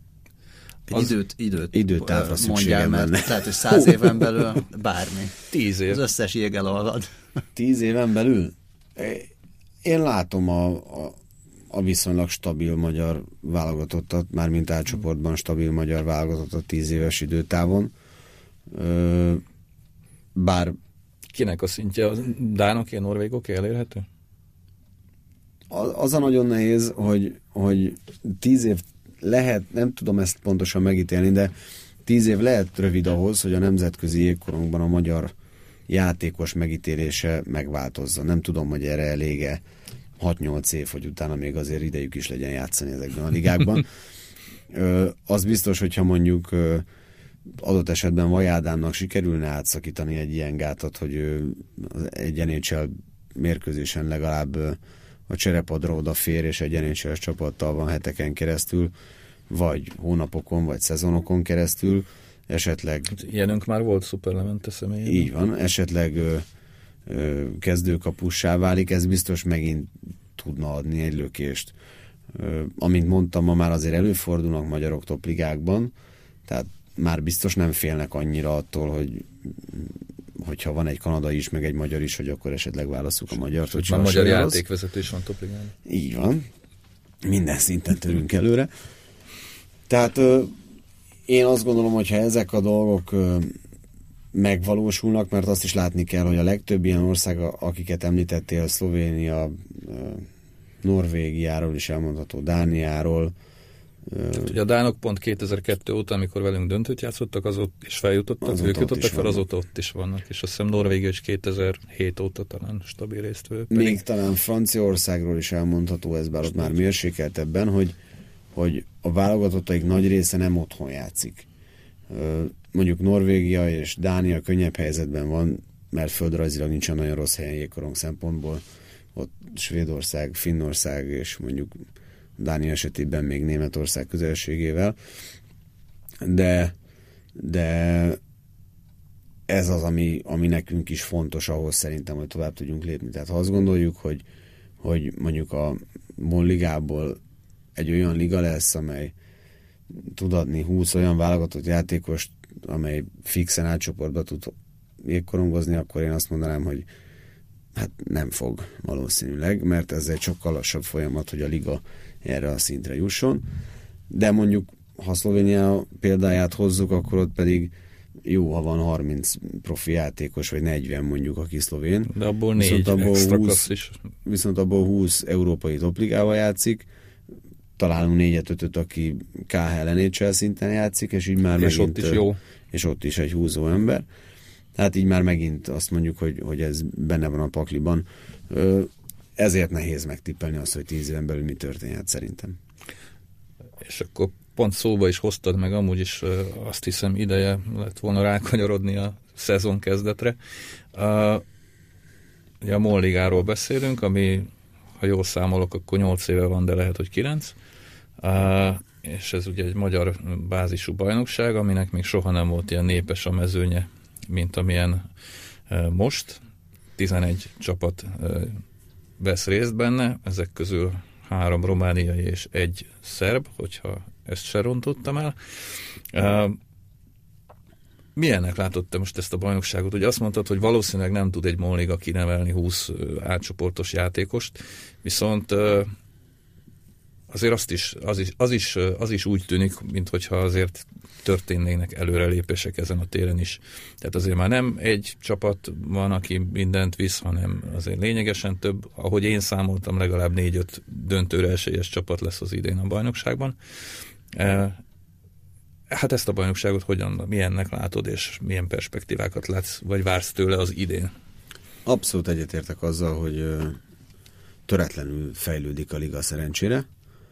Időtávra mondjál, mert lehet, hogy 100 éven belül bármi. 10 év. Az összes jég elolvad. 10 éven belül? Én látom a viszonylag stabil magyar válogatottat, mármint átcsoportban stabil magyar válogatottat 10 éves időtávon. Bár kinek a szintje? A dánok, norvégok elérhető? Az a nagyon nehéz, hogy 10 év lehet, nem tudom ezt pontosan megítélni, de 10 év lehet rövid ahhoz, hogy a nemzetközi jégkorongban a magyar játékos megítélése megváltozza. Nem tudom, hogy erre elége 6-8 év, hogy utána még azért idejük is legyen játszani ezekben a ligákban. Az biztos, hogyha mondjuk adott esetben Vaj Ádámnak sikerülne átszakítani egy ilyen gátat, hogy ő egy NHL mérkőzésen legalább a cserepadra odafér, és egy NHL-es csapattal van heteken keresztül, vagy hónapokon, vagy szezonokon keresztül, esetleg... Ilyenünk már volt Superlemente személyében. Így van, esetleg kezdőkapussá válik, ez biztos megint tudna adni egy lökést. Amint mondtam, ma már azért előfordulnak magyarok topligákban, tehát már biztos nem félnek annyira attól, hogyha van egy kanadai is, meg egy magyar is, hogy akkor esetleg válasszuk a magyart. Hogy már magyar játékvezető is van topligában. Így van. Minden szinten törünk előre. Tehát én azt gondolom, hogyha ezek a dolgok megvalósulnak, mert azt is látni kell, hogy a legtöbb ilyen ország, akiket említettél, Szlovénia, Norvégiáról is elmondható, Dániáról. Tehát, ugye a dánok pont 2002 óta, amikor velünk döntőt játszottak, és feljutottak, ők jutottak fel, azóta ott is vannak, és azt hiszem Norvégia is 2007 óta talán stabil résztvevő. Még talán Franciaországról is elmondható ez, bár ott már mérsékeltebben, hogy a válogatottaik nagy része nem otthon játszik. Mondjuk Norvégia és Dánia könnyebb helyzetben van, mert földrajzilag nincsen nagyon rossz helyen jégkorong szempontból. Ott Svédország, Finnország és mondjuk Dánia esetében még Németország közelségével. De ez az, ami nekünk is fontos ahhoz szerintem, hogy tovább tudjunk lépni. Tehát ha azt gondoljuk, hogy mondjuk a MOL ligából egy olyan liga lesz, amely tud adni 20 olyan válogatott játékost, amely fixen átcsoportba tud jégkorongozni, akkor én azt mondanám, hogy hát nem fog valószínűleg, mert ez egy sokkal lassabb folyamat, hogy a liga erre a szintre jusson. De mondjuk, ha Szlovénia példáját hozzuk, akkor ott pedig jó, ha van 30 profi játékos, vagy 40 mondjuk, aki szlovén. De abból 4 extra klassz is. Viszont abból 20 európai topligával játszik, találunk 4-5-öt, aki KHL-NHL szinten játszik, és így már és megint... ott is jó. És ott is egy húzó ember. Tehát így már megint azt mondjuk, hogy ez benne van a pakliban. Ezért nehéz megtippelni azt, hogy 10 éven belül mi történhet szerintem. És akkor pont szóba is hoztad meg, amúgy is azt hiszem ideje lett volna rákanyarodni a szezon kezdetre. Ugye a MOL ligáról beszélünk, ami, ha jól számolok, akkor 8 éve van, de lehet, hogy 9. És ez ugye egy magyar bázisú bajnokság, aminek még soha nem volt ilyen népes a mezőnye, mint amilyen most. 11 csapat vesz részt benne, ezek közül 3 romániai és 1 szerb, hogyha ezt se rontottam el. Milyennek látod te most ezt a bajnokságot? Ugye azt mondtad, hogy valószínűleg nem tud egy MOL liga kinevelni 20 átcsoportos játékost, viszont azért az is úgy tűnik, minthogyha azért történnének előrelépések ezen a téren is. Tehát azért már nem egy csapat van, aki mindent visz, hanem azért lényegesen több. Ahogy én számoltam, legalább 4-5 döntőre esélyes csapat lesz az idén a bajnokságban. Hát ezt a bajnokságot milyennek látod, és milyen perspektívákat látsz, vagy vársz tőle az idén? Abszolút egyetértek azzal, hogy töretlenül fejlődik a liga szerencsére.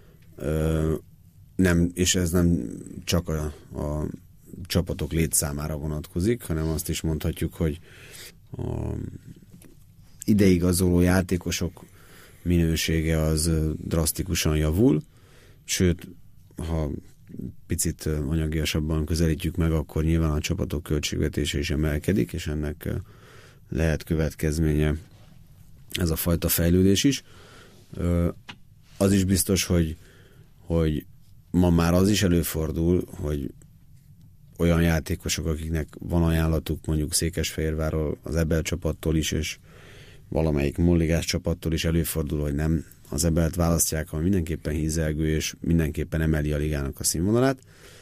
Nem, és ez nem csak a csapatok létszámára vonatkozik, hanem azt is mondhatjuk, hogy a ideigazoló játékosok minősége az drasztikusan javul, sőt, ha picit anyagiasabban közelítjük meg, akkor nyilván a csapatok költségvetése is emelkedik, és ennek lehet következménye ez a fajta fejlődés is. Az is biztos, hogy ma már az is előfordul, hogy olyan játékosok, akiknek van ajánlatuk mondjuk Székesfehérvárról, az EBEL csapattól is, és valamelyik molligás csapattól is előfordul, hogy nem az EBEL-t választják, hanem mindenképpen hízelgő, és mindenképpen emeli a ligának a színvonalát.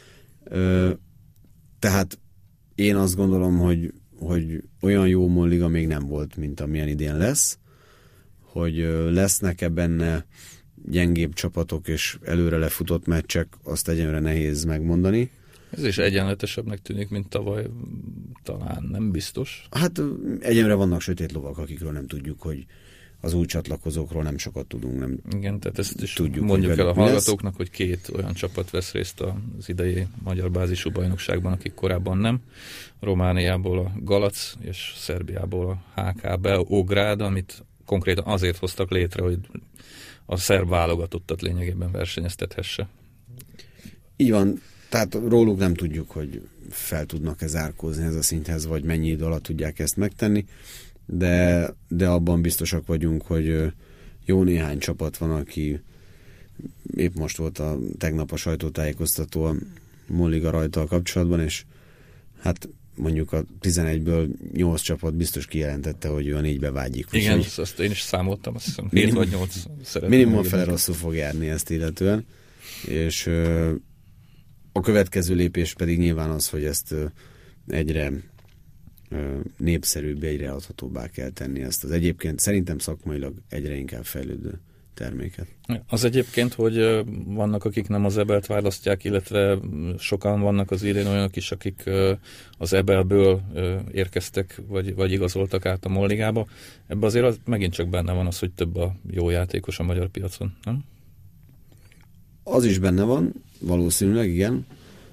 Tehát én azt gondolom, hogy olyan jó molliga még nem volt, mint amilyen idén lesz, hogy lesznek-e benne gyengébb csapatok és előre lefutott meccsek, azt egyenre nehéz megmondani. Ez is egyenletesebbnek tűnik, mint tavaly, talán nem biztos. Hát egyenre vannak sötét lovak, akikről nem tudjuk, hogy az új csatlakozókról nem sokat tudunk. Nem igen, tehát ezt is tudjuk, mondjuk el a hallgatóknak, hogy 2 olyan csapat vesz részt az idei magyar bázisú bajnokságban, akik korábban nem. Romániából a Galac és Szerbiából a HK Beográd, amit konkrétan azért hoztak létre, hogy a szerb válogatottat lényegében versenyeztethesse. Így van, tehát róluk nem tudjuk, hogy fel tudnak-e zárkózni ez a szinthez, vagy mennyi idő alatt tudják ezt megtenni, de abban biztosak vagyunk, hogy jó néhány csapat van, aki épp most volt tegnap a sajtótájékoztató a Molliga rajttal kapcsolatban, és hát mondjuk a 11-ből 8 csapat biztos kijelentette, hogy ő a 4-be vágyik. Igen, azt én is számoltam, azt hiszem 7 vagy 8 szeretném. Minimum fele rosszul fog járni ezt illetően, és a következő lépés pedig nyilván az, hogy ezt egyre népszerűbb, egyre adhatóbbá kell tenni ezt az egyébként szerintem szakmailag egyre inkább fejlődő terméket. Az egyébként, hogy vannak, akik nem az Ebelt választják, illetve sokan vannak az idén olyanok is, akik az Ebelből érkeztek, vagy igazoltak át a Molligába. Ebben azért megint csak benne van az, hogy több a jó játékos a magyar piacon, nem? Az is benne van, valószínűleg, igen.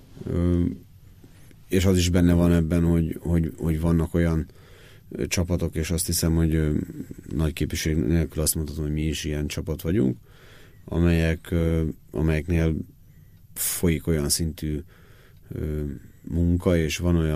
És az is benne van ebben, hogy vannak olyan csapatok, és azt hiszem, hogy nagy képviség nélkül azt mondhatom, hogy mi is ilyen csapat vagyunk, amelyeknél folyik olyan szintű munka, és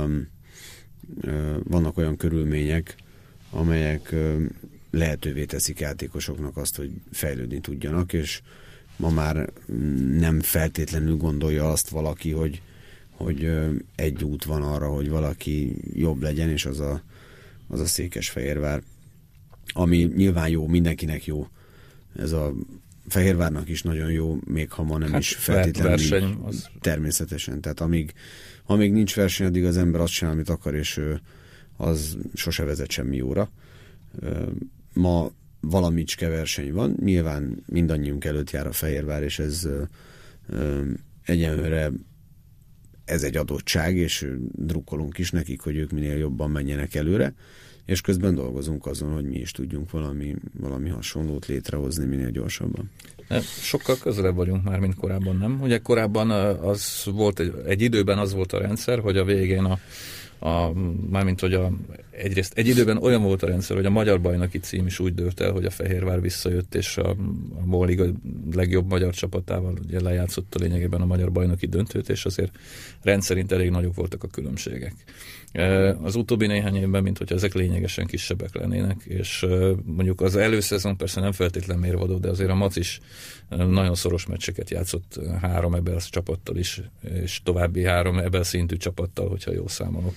vannak olyan körülmények, amelyek lehetővé teszik játékosoknak azt, hogy fejlődni tudjanak, és ma már nem feltétlenül gondolja azt valaki, hogy egy út van arra, hogy valaki jobb legyen, és az a Székesfehérvár, ami nyilván jó, mindenkinek jó. Ez a Fehérvárnak is nagyon jó, még ha ma nem is feltétlenül verseny, az... természetesen. Tehát amíg nincs verseny, addig az ember azt csinál, amit akar, és az sose vezet semmi jóra. Ma valamicske verseny van, nyilván mindannyiunk előtt jár a Fehérvár, és ez egyenlőre ez egy adottság, és drukkolunk is nekik, hogy ők minél jobban menjenek előre, és közben dolgozunk azon, hogy mi is tudjunk valami hasonlót létrehozni minél gyorsabban. Sokkal közelebb vagyunk már, mint korábban, nem? Ugye korábban az volt egy időben az volt a rendszer, hogy a végén mármint, hogy egyrészt egy időben olyan volt a rendszer, hogy a magyar bajnoki cím is úgy dőlt el, hogy a Fehérvár visszajött, és a Molliga legjobb magyar csapatával ugye lejátszotta lényegében a magyar bajnoki döntőt, és azért rendszerint elég nagyok voltak a különbségek. Az utóbbi néhány évben, mint hogyha ezek lényegesen kisebbek lennének, és mondjuk az előszezon persze nem feltétlen mérvadó, de azért a Mac is nagyon szoros meccseket játszott 3 Ebels csapattal is, és további 3 Ebel szintű csapattal, hogyha jól számolok.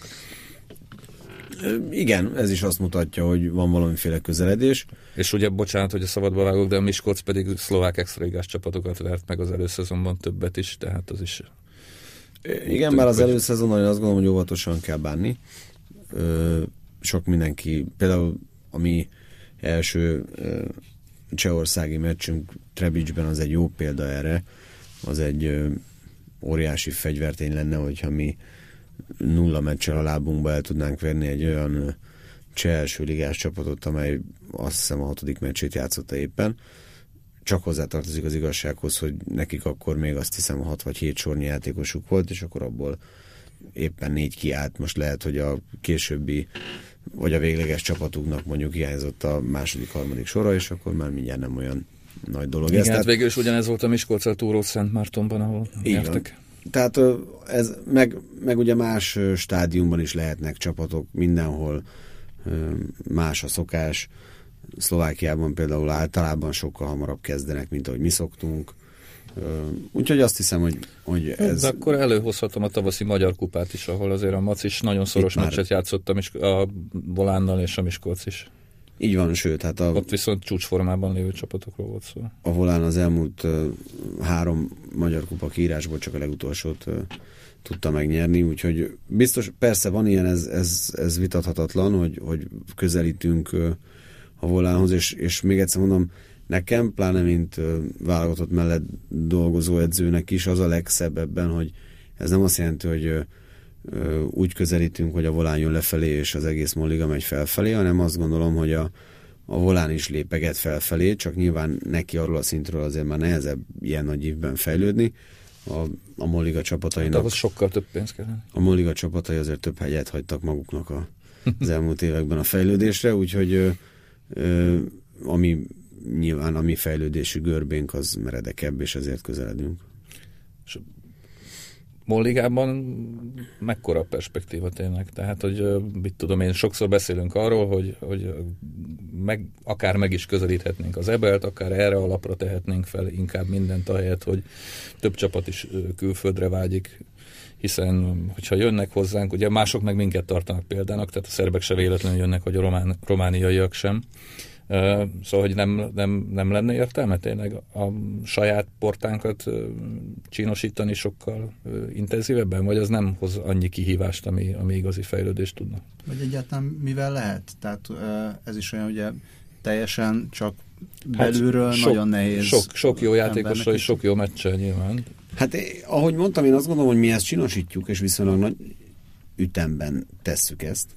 Igen, ez is azt mutatja, hogy van valamiféle közeledés. És ugye, bocsánat, hogy a szabadba vágok, de a Miskolc pedig szlovák extraligás csapatokat vert meg az előszezonban többet is, tehát az is... Igen, bár az előszezonban azt gondolom, hogy óvatosan kell bánni. Sok mindenki, például a mi első csehországi meccsünk Trebicsben az egy jó példa erre, az egy óriási fegyvertény lenne, hogyha mi 0 meccsel a lábunkba el tudnánk verni egy olyan cseh első ligás csapatot, amely azt hiszem a 6. meccsét játszotta éppen. Csak hozzátartozik az igazsághoz, hogy nekik akkor még azt hiszem 6 vagy 7 sornyi játékosuk volt, és akkor abból éppen 4 kiállt. Most lehet, hogy a későbbi vagy a végleges csapatuknak mondjuk hiányzott a 2., 3. sora, és akkor már mindjárt nem olyan nagy dolog. Igen, hát végül is ugyanez volt a Miskolccal Túrót Szentmártonban, ahol nyertek. Tehát ez meg ugye más stádiumban is lehetnek csapatok, mindenhol más a szokás. Szlovákiában például általában sokkal hamarabb kezdenek, mint ahogy mi szoktunk. Úgyhogy azt hiszem, hogy ez... De akkor előhozhatom a tavaszi Magyar Kupát is, ahol azért a Mac is nagyon szoros meccset játszott a Volánnal és a Miskolc is. Így van, sőt, hát ott viszont csúcsformában lévő csapatokról volt szó. A Volán az elmúlt 3 Magyar Kupa kiírásból csak a legutolsót tudta megnyerni, úgyhogy biztos, persze van ilyen, ez vitathatatlan, hogy közelítünk a Volánhoz, és még egyszer mondom, nekem, pláne mint válogatott mellett dolgozó edzőnek is az a legszebb ebben, hogy ez nem azt jelenti, hogy úgy közelítünk, hogy a Volán jön lefelé, és az egész Molliga megy felfelé, hanem azt gondolom, hogy a Volán is lépeget felfelé, csak nyilván neki arról a szintről azért már nehezebb ilyen nagy évben fejlődni. A Molliga csapatainak... Hát ahhoz sokkal több pénz kell. A Molliga csapatai azért több hegyet hagytak maguknak az elmúlt években a fejlődésre, úgyhogy nyilván a mi fejlődési görbénk az meredekebb, és ezért közeledünk. Molligában mekkora perspektíva tényleg? Tehát, hogy mit tudom én, sokszor beszélünk arról, hogy akár meg is közelíthetnénk az EBL-t, akár erre alapra tehetnénk fel inkább mindent ahelyett, hogy több csapat is külföldre vágyik, hiszen hogyha jönnek hozzánk, ugye mások meg minket tartanak példának, tehát a szerbek se véletlenül jönnek, vagy a romániaiak sem. Szóval, hogy nem lenne értelme tényleg a saját portánkat csinosítani sokkal intenzívebben, vagy az nem hoz annyi kihívást, ami igazi fejlődést tudna? Vagy egyáltalán mivel lehet? Tehát ez is olyan, ugye teljesen csak belülről nagyon nehéz. Sok jó játékosra és sok jó meccsel nyilván. Hát ahogy mondtam, én azt gondolom, hogy mi ezt csinosítjuk, és viszonylag nagy ütemben tesszük ezt,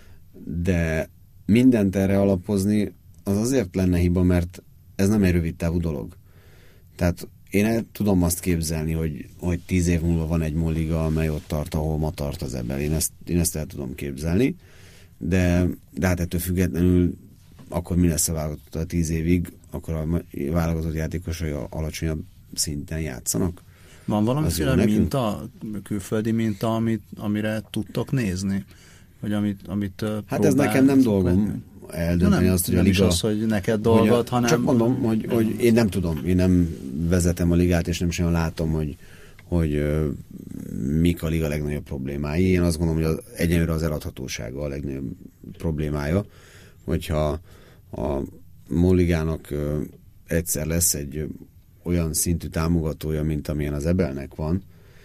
de mindent erre alapozni az azért lenne hiba, mert ez nem egy rövid távú dolog. Tehát én el tudom azt képzelni, hogy 10 év múlva van egy Molliga, amely ott tart, ahol ma tart az EBL. Én ezt el tudom képzelni, de hát ettől függetlenül akkor mi lesz a válogatott a 10 évig, akkor a válogatott játékosai alacsonyabb szinten játszanak. Van valamiféle minta, külföldi minta, amire tudtok nézni? Vagy amit hát ez nekem nem dolgom eldönteni azt, hogy a liga... Nem is az, hogy neked dolgod, hanem... Csak mondom, hogy én nem tudom, én nem vezetem a ligát, és nem sem látom, hogy mik a liga legnagyobb problémái. Én azt gondolom, hogy egyenlőre az eladhatósága a legnagyobb problémája, hogyha a Molligának egyszer lesz egy olyan szintű támogatója, mint amilyen az EBL-nek van,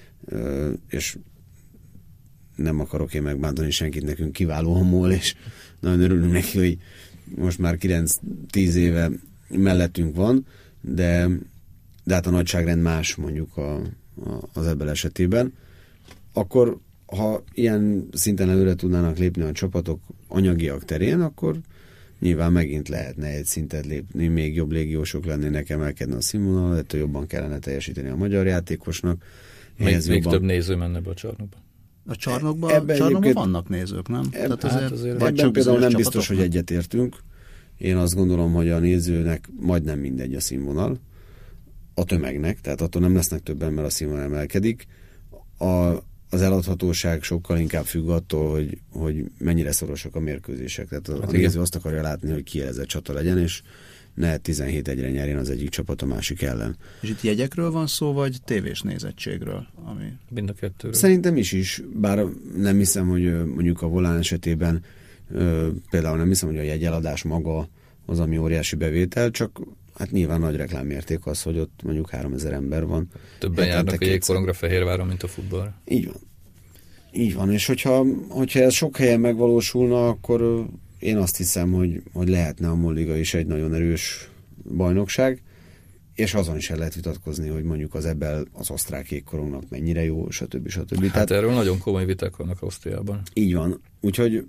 és nem akarok én megbántani senkit, nekünk kiváló a MOL, és nagyon örülünk neki, hogy most már 9-10 éve mellettünk van, de hát a nagyságrend más mondjuk az EBL esetében. Akkor, ha ilyen szinten előre tudnának lépni a csapatok anyagiak terén, akkor nyilván megint lehetne egy szintet lépni, még jobb légiósok lennének, emelkedne a színvonal, ettől jobban kellene teljesíteni a magyar játékosnak. Még több néző menne be a csarnokba. A csarnokban vannak nézők, nem? Ebben például nem biztos, hogy egyetértünk. Én azt gondolom, hogy a nézőnek majdnem mindegy a színvonal, a tömegnek, tehát attól nem lesznek többen, mert a színvonal emelkedik. Az eladhatóság sokkal inkább függ attól, hogy mennyire szorosak a mérkőzések. Tehát a néző azt akarja látni, hogy kielezett csata legyen, és ne 17-1-re nyerjen az egyik csapat a másik ellen. És itt jegyekről van szó, vagy tévés nézettségről? Mind a kettőről. Szerintem is, bár nem hiszem, hogy mondjuk a volán esetében például nem hiszem, hogy a jegyeladás maga az, ami óriási bevétel, csak hát nyilván nagy reklámérték az, hogy ott mondjuk 3000 ember van. Többen járnak a jégkorongra Fehérváron, mint a futballra. Így van, és hogyha ez sok helyen megvalósulna, akkor én azt hiszem, hogy lehetne a Molliga is egy nagyon erős bajnokság, és azon is el lehet vitatkozni, hogy mondjuk az EBL az osztrák jégkorongnak mennyire jó, stb. Hát tehát, erről nagyon komoly viták vannak Ausztriában. Így van, úgyhogy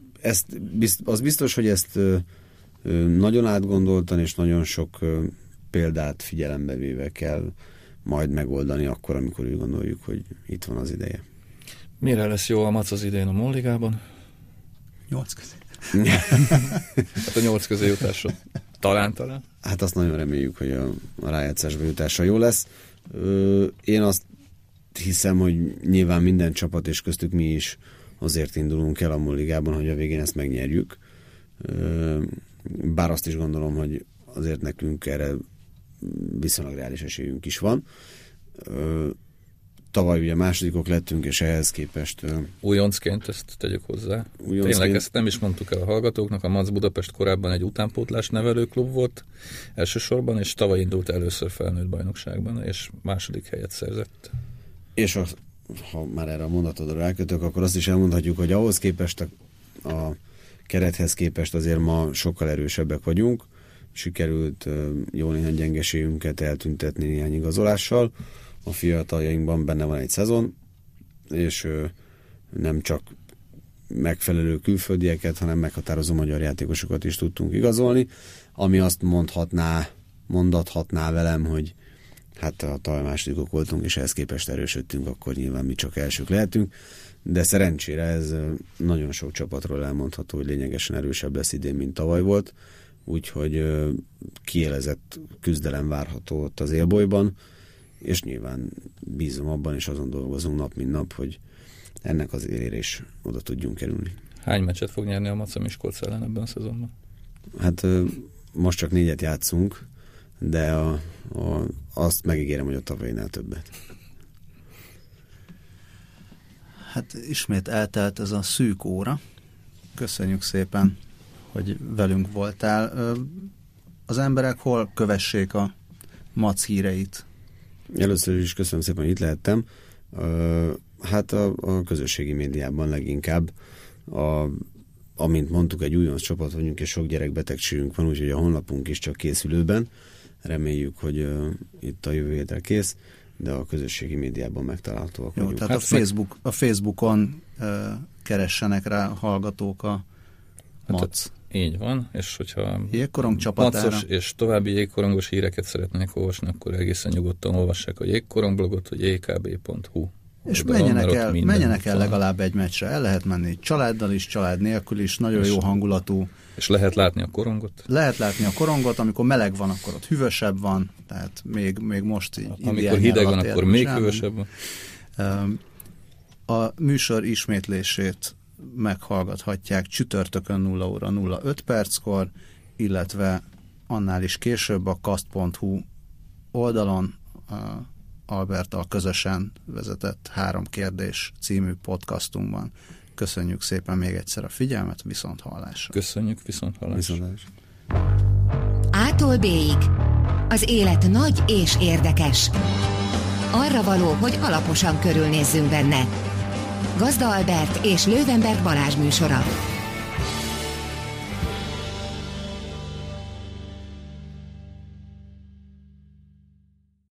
az biztos, hogy ezt nagyon átgondoltan és nagyon sok példát figyelembe véve kell majd megoldani akkor, amikor úgy gondoljuk, hogy itt van az ideje. Mire lesz jó a Mac az idén a Molligában? 8 közé. Hát a 8 közé jutásra talán. Hát azt nagyon reméljük, hogy a rájátszásba jutásra jó lesz. Én azt hiszem, hogy nyilván minden csapat, és köztük mi is azért indulunk el a Molligában, hogy a végén ezt megnyerjük. Bár azt is gondolom, hogy azért nekünk erre viszonylag reális esélyünk is van. Tavaly ugye másodikok lettünk, és ehhez képest... Újoncként ezt tegyük hozzá. Tényleg ezt nem is mondtuk el a hallgatóknak, a Mac Budapest korábban egy utánpótlás nevelőklub volt elsősorban, és tavaly indult először felnőtt bajnokságban, és második helyet szerzett. És ha már erre a mondatodra rákötök, akkor azt is elmondhatjuk, hogy ahhoz képest a kerethez képest azért ma sokkal erősebbek vagyunk. Sikerült jó néhány gyengeségünket eltüntetni néhány igazolással. A fiataljainkban benne van egy szezon, és nem csak megfelelő külföldieket, hanem meghatározó magyar játékosokat is tudtunk igazolni, ami azt mondathatná velem, hogy hát ha tavaly másodikok voltunk, és ehhez képest erősödtünk, akkor nyilván mi csak elsők lehetünk, de szerencsére ez nagyon sok csapatról elmondható, hogy lényegesen erősebb lesz idén, mint tavaly volt, úgyhogy kiélezett küzdelem várható ott az élbolyban, és nyilván bízom abban, és azon dolgozunk nap, mint nap, hogy ennek az élére is oda tudjunk kerülni. Hány meccset fog nyerni a Maca Miskolc ellen ebben a szezonban? Hát most csak 4 játszunk, de azt megígérem, hogy a tavainál többet. Hát ismét eltelt ez a szűk óra. Köszönjük szépen, hogy velünk voltál. Az emberek hol kövessék a Mac híreit? Először is köszönöm szépen, hogy itt lehettem. Hát a közösségi médiában leginkább. Amint mondtuk, egy újonc csapat vagyunk, és sok gyerekbetegségünk van, úgyhogy a honlapunk is csak készülőben. Reméljük, hogy itt a jövő hétre kész, de a közösségi médiában megtalálhatóak Jó, vagyunk. tehát a Facebookon keressenek rá hallgatók a Mac. Így van, és hogyha jégkorong csapatára Macos és további jégkorongos híreket szeretnék olvasni, akkor egészen nyugodtan olvassák a jégkorong blogot, vagy jkb.hu. És menjenek el legalább egy meccsre. El lehet menni családdal is, család nélkül is, nagyon jó hangulatú. És lehet látni a korongot? Lehet látni a korongot, amikor meleg van, akkor ott hűvösebb van, tehát még most így. Amikor hideg van, akkor még hűvösebb van. A műsor ismétlését meghallgathatják csütörtökön 0 óra 05 perckor, illetve annál is később a kast.hu oldalon Alberttal közösen vezetett 3 kérdés című podcastunkban. Köszönjük szépen még egyszer a figyelmet, viszont hallásra. Köszönjük, viszont hallásra. A-tól B-ig. Az élet nagy és érdekes. Arra való, hogy alaposan körülnézzünk benne. Gazda Albert és Löwenberg Balázs műsora.